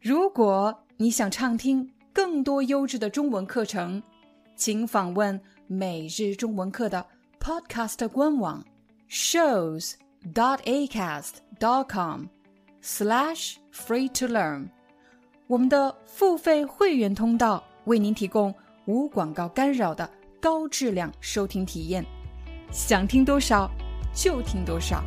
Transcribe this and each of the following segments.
如果你想畅听更多优质的中文课程，请访问每日中文课的 Podcast 官网 shows.acast.com/free-to-learn。我们的付费会员通道为您提供无广告干扰的高质量收听体验，想听多少就听多少。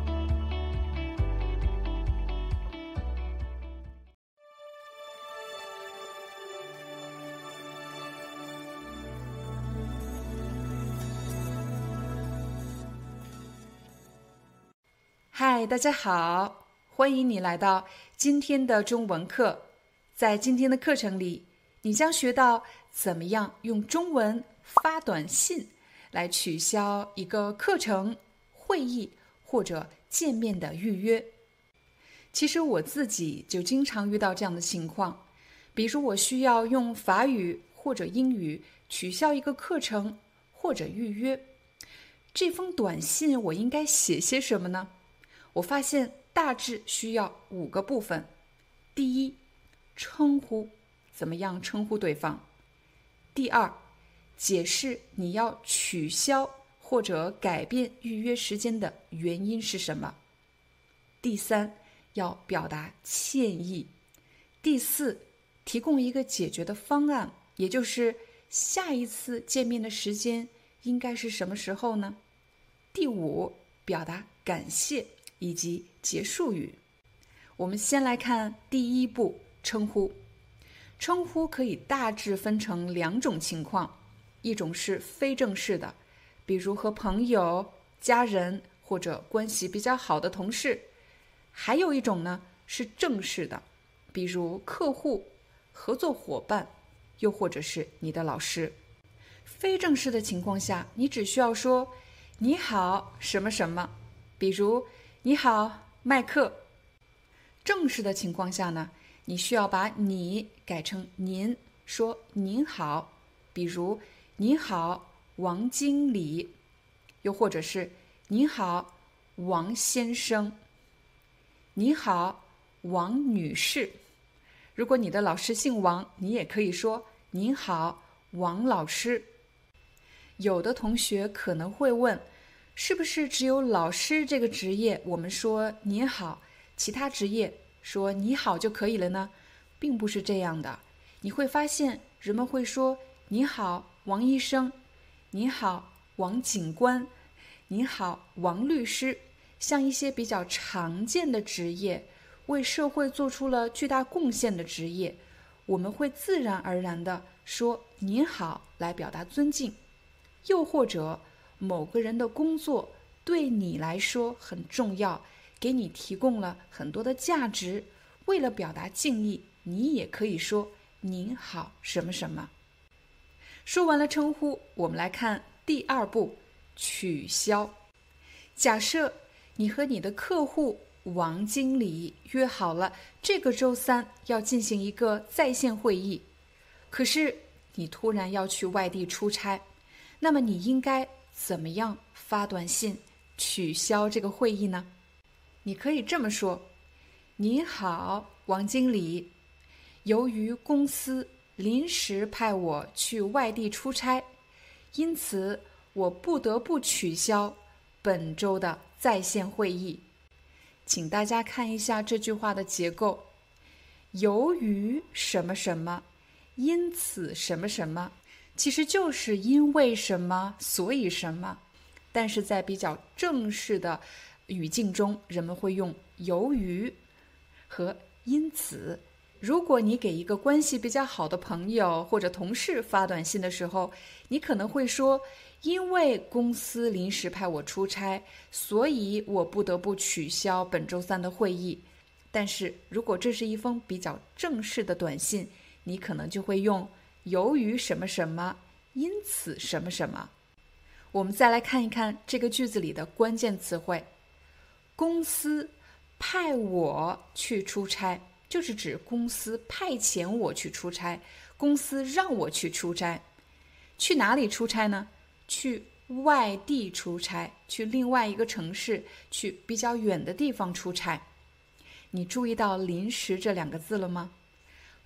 嗨，大家好，欢迎你来到今天的中文课。在今天的课程里，你将学到怎么样用中文发短信来取消一个课程、会议或者见面的预约。其实我自己就经常遇到这样的情况，比如我需要用法语或者英语取消一个课程或者预约，这封短信我应该写些什么呢？我发现大致需要5个部分。第一，称呼，怎么样称呼对方。第二，解释你要取消或者改变预约时间的原因是什么。第三，要表达歉意。第四，提供一个解决的方案，也就是下一次见面的时间应该是什么时候呢？第五，表达感谢以及结束语。我们先来看第一步，称呼。称呼可以大致分成2种情况，一种是非正式的，比如和朋友、家人或者关系比较好的同事；还有一种呢是正式的，比如客户、合作伙伴，又或者是你的老师。非正式的情况下，你只需要说你好什么什么，比如你好麦克。正式的情况下呢，你需要把你改成您，说您好，比如你好王经理，又或者是你好王先生，你好王女士。如果你的老师姓王，你也可以说您好王老师。有的同学可能会问，是不是只有老师这个职业我们说您好，其他职业说你好就可以了呢？并不是这样的。你会发现人们会说你好王医生，你好王警官，你好王律师。像一些比较常见的职业，为社会做出了巨大贡献的职业，我们会自然而然地说您好来表达尊敬。又或者某个人的工作对你来说很重要，给你提供了很多的价值，为了表达敬意，你也可以说您好什么什么。说完了称呼，我们来看第2步，取消。假设你和你的客户王经理约好了这个周3要进行一个在线会议，可是你突然要去外地出差，那么你应该怎么样发短信取消这个会议呢？你可以这么说：你好王经理，由于公司临时派我去外地出差，因此我不得不取消本周的在线会议。请大家看一下这句话的结构，由于什么什么，因此什么什么，其实就是因为什么所以什么，但是在比较正式的语境中，人们会用由于和因此。如果你给一个关系比较好的朋友或者同事发短信的时候，你可能会说，因为公司临时派我出差，所以我不得不取消本周3的会议。但是如果这是一封比较正式的短信，你可能就会用由于什么什么，因此什么什么。我们再来看一看这个句子里的关键词汇。公司派我去出差，就是指公司派遣我去出差，公司让我去出差。去哪里出差呢？去外地出差，去另外一个城市，去比较远的地方出差。你注意到临时这2个字了吗？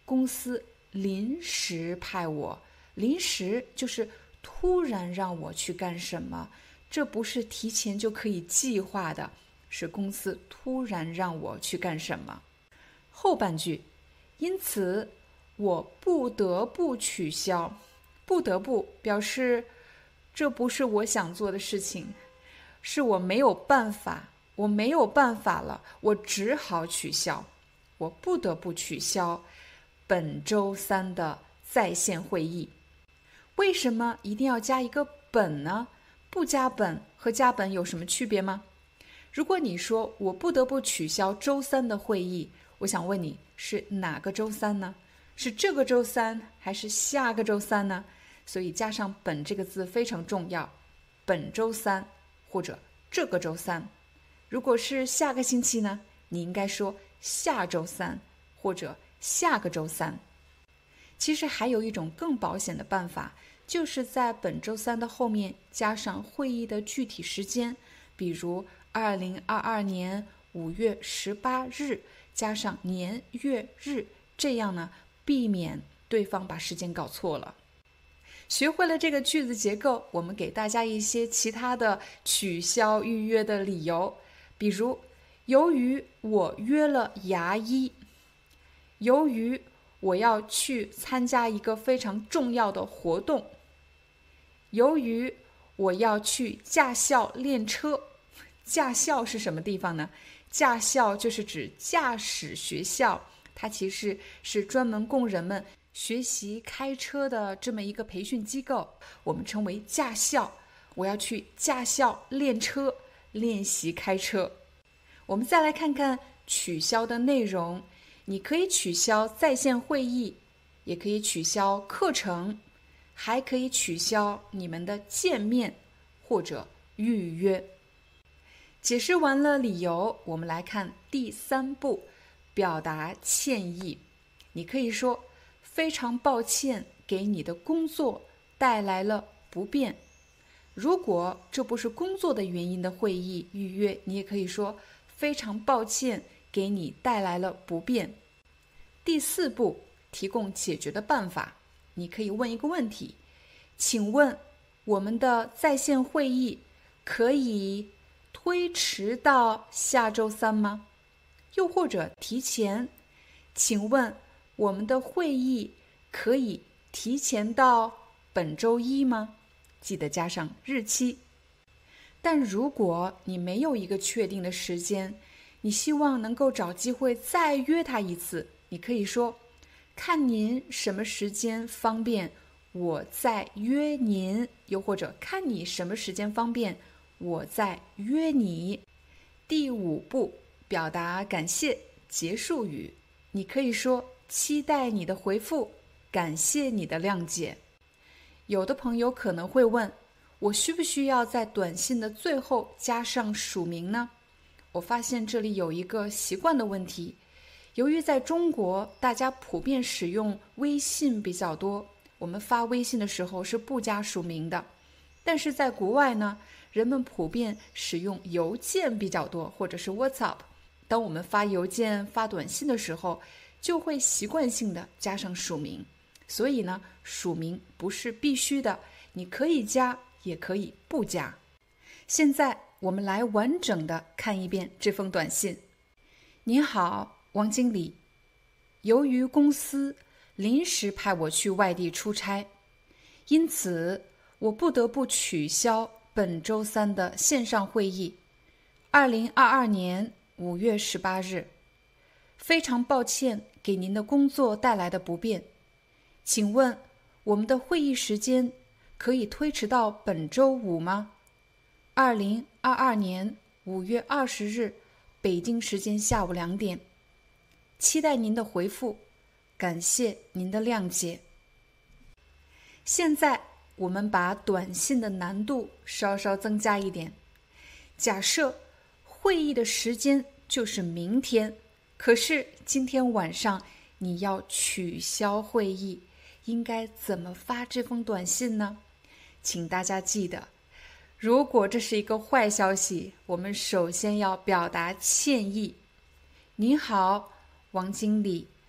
公司临时派我，临时就是突然让我去干什么，这不是提前就可以计划的，是公司突然让我去干什么。后半句，因此我不得不取消，不得不表示这不是我想做的事情，是我没有办法，我没有办法了，我只好取消，我不得不取消本周三的在线会议。为什么一定要加一个本呢？不加本和加本有什么区别吗？如果你说我不得不取消周三的会议，我想问你是哪个周三呢？是这个周三还是下个周三呢？所以加上本这个字非常重要，本周三或者这个周三。如果是下个星期呢，你应该说下周三或者下个周三。其实还有一种更保险的办法，就是在本周三的后面加上会议的具体时间，比如2022年5月18日加上年月日，这样呢避免对方把时间搞错了。学会了这个句子结构，我们给大家一些其他的取消预约的理由，比如由于我约了牙医，由于我要去参加一个非常重要的活动，由于我要去驾校练车。驾校是什么地方呢？驾校就是指驾驶学校，它其实是专门供人们学习开车的这么一个培训机构，我们称为驾校。我要去驾校练车，练习开车。我们再来看看取消的内容，你可以取消在线会议，也可以取消课程，还可以取消你们的见面或者预约。解释完了理由，我们来看第3步，表达歉意。你可以说非常抱歉给你的工作带来了不便。如果这不是工作的原因的会议预约，你也可以说非常抱歉给你带来了不便。第4步，提供解决的办法。你可以问一个问题，请问我们的在线会议可以推迟到下周三吗？又或者提前，请问我们的会议可以提前到本周一吗？记得加上日期。但如果你没有一个确定的时间，你希望能够找机会再约他一次，你可以说看您什么时间方便，我再约您，又或者看你什么时间方便，我再约你。第5步，表达感谢结束语。你可以说期待你的回复，感谢你的谅解。有的朋友可能会问，我需不需要在短信的最后加上署名呢？我发现这里有一个习惯的问题。由于在中国大家普遍使用微信比较多，我们发微信的时候是不加署名的。但是在国外呢，人们普遍使用邮件比较多，或者是 WhatsApp。当我们发邮件发短信的时候，就会习惯性的加上署名。所以呢，署名不是必须的，你可以加也可以不加。现在我们来完整的看一遍这封短信。您好，王经理，由于公司临时派我去外地出差，因此我不得不取消本周三的线上会议，2022年5月18日。非常抱歉给您的工作带来的不便，请问我们的会议时间可以推迟到本周五吗？2022年5月20日，北京时间下午2点。期待您的回复，感谢您的谅解。现在我们把短信的难度稍稍增加一点。假设会议的时间就是明天，可是今天晚上你要取消会议，应该怎么发这封短信呢？请大家记得，如果这是一个坏消息，我们首先要表达歉意。您好，王经理，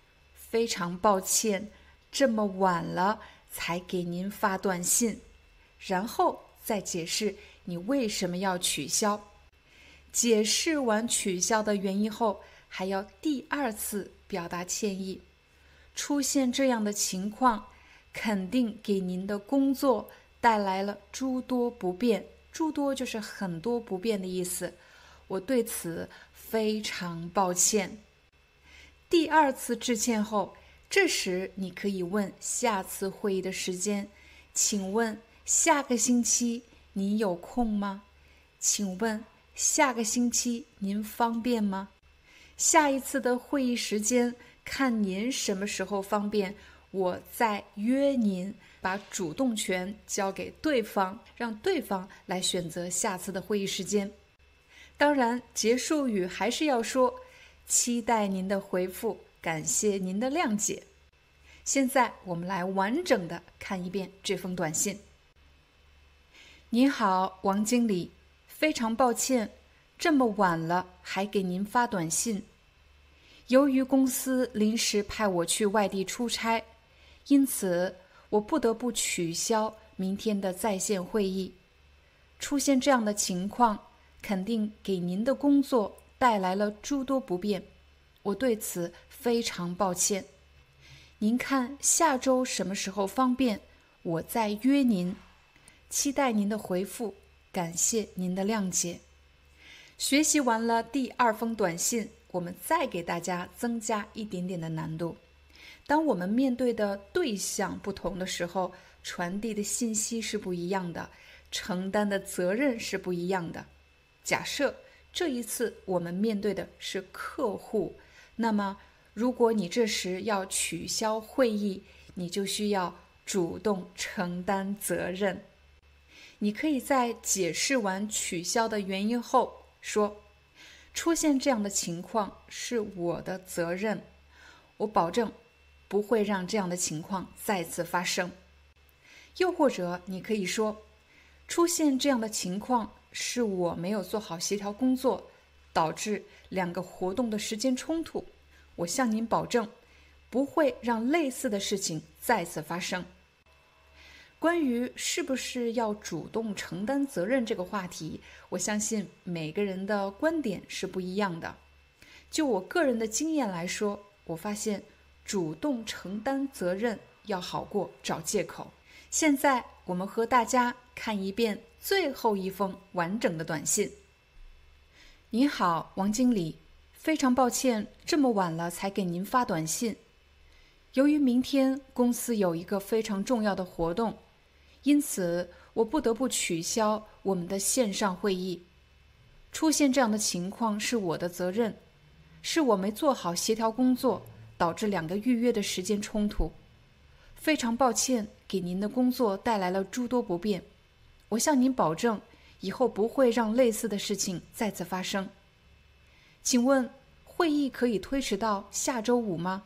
非常抱歉，这么晚了才给您发短信，然后再解释你为什么要取消。解释完取消的原因后，还要第二次表达歉意。出现这样的情况，肯定给您的工作带来了诸多不便，诸多就是很多不便的意思。我对此非常抱歉。第二次致歉后，这时你可以问下次会议的时间，请问下个星期您有空吗？请问下个星期您方便吗？下一次的会议时间看您什么时候方便，我再约您，把主动权交给对方，让对方来选择下次的会议时间。当然，结束语还是要说期待您的回复，感谢您的谅解。现在我们来完整的看一遍这封短信。您好，王经理，非常抱歉，这么晚了还给您发短信。由于公司临时派我去外地出差，因此我不得不取消明天的在线会议。出现这样的情况，肯定给您的工作带来了诸多不便，我对此非常抱歉。您看下周什么时候方便，我再约您，期待您的回复，感谢您的谅解。学习完了第二封短信，我们再给大家增加一点点的难度。当我们面对的对象不同的时候，传递的信息是不一样的，承担的责任是不一样的。假设这一次我们面对的是客户，那么如果你这时要取消会议，你就需要主动承担责任。你可以在解释完取消的原因后说，出现这样的情况是我的责任，我保证不会让这样的情况再次发生。又或者你可以说，出现这样的情况是我没有做好协调工作，导致两个活动的时间冲突，我向您保证不会让类似的事情再次发生。关于是不是要主动承担责任这个话题，我相信每个人的观点是不一样的。就我个人的经验来说，我发现主动承担责任要好过找借口。现在我们和大家看一遍最后一封完整的短信。您好，王经理，非常抱歉，这么晚了才给您发短信。由于明天公司有一个非常重要的活动，因此我不得不取消我们的线上会议。出现这样的情况是我的责任，是我没做好协调工作，导致两个预约的时间冲突。非常抱歉，给您的工作带来了诸多不便。我向您保证，以后不会让类似的事情再次发生。请问，会议可以推迟到下周五吗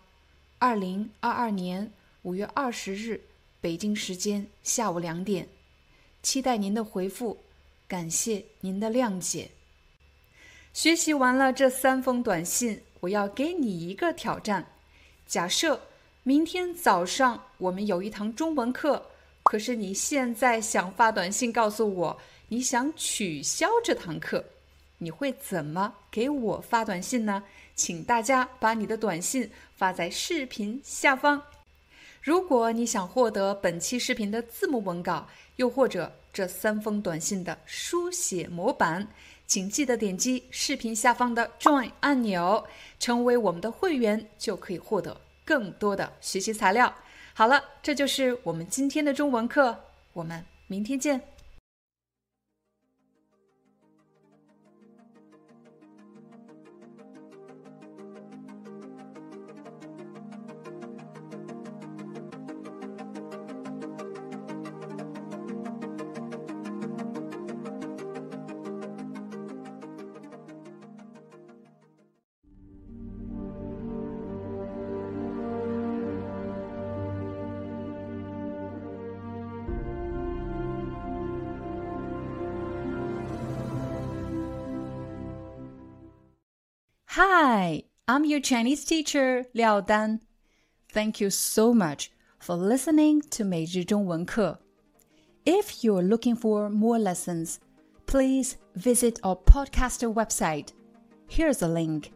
？2022年5月20日，北京时间下午2点。期待您的回复，感谢您的谅解。学习完了这3封短信，我要给你一个挑战。假设明天早上我们有一堂中文课，可是你现在想发短信告诉我，你想取消这堂课，你会怎么给我发短信呢？请大家把你的短信发在视频下方。如果你想获得本期视频的字幕文稿，又或者这3封短信的书写模板，请记得点击视频下方的 Join 按钮，成为我们的会员，就可以获得更多的学习材料。好了，这就是我们今天的中文课，我们明天见。Hi, I'm your Chinese teacher, Liao Dan. Thank you so much for listening to 每日中文课. If you're looking for more lessons, please visit our podcaster website. Here's a link,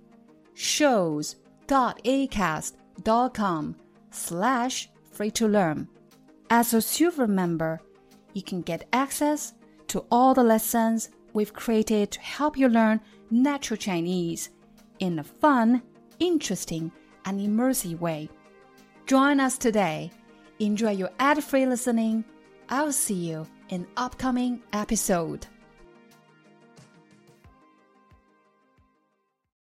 shows.acast.com/free-to-learn. As a silver member, you can get access to all the lessons we've created to help you learn natural Chinese in a fun, interesting, and immersive way. Join us today. Enjoy your ad-free listening. I'll see you in upcoming episode.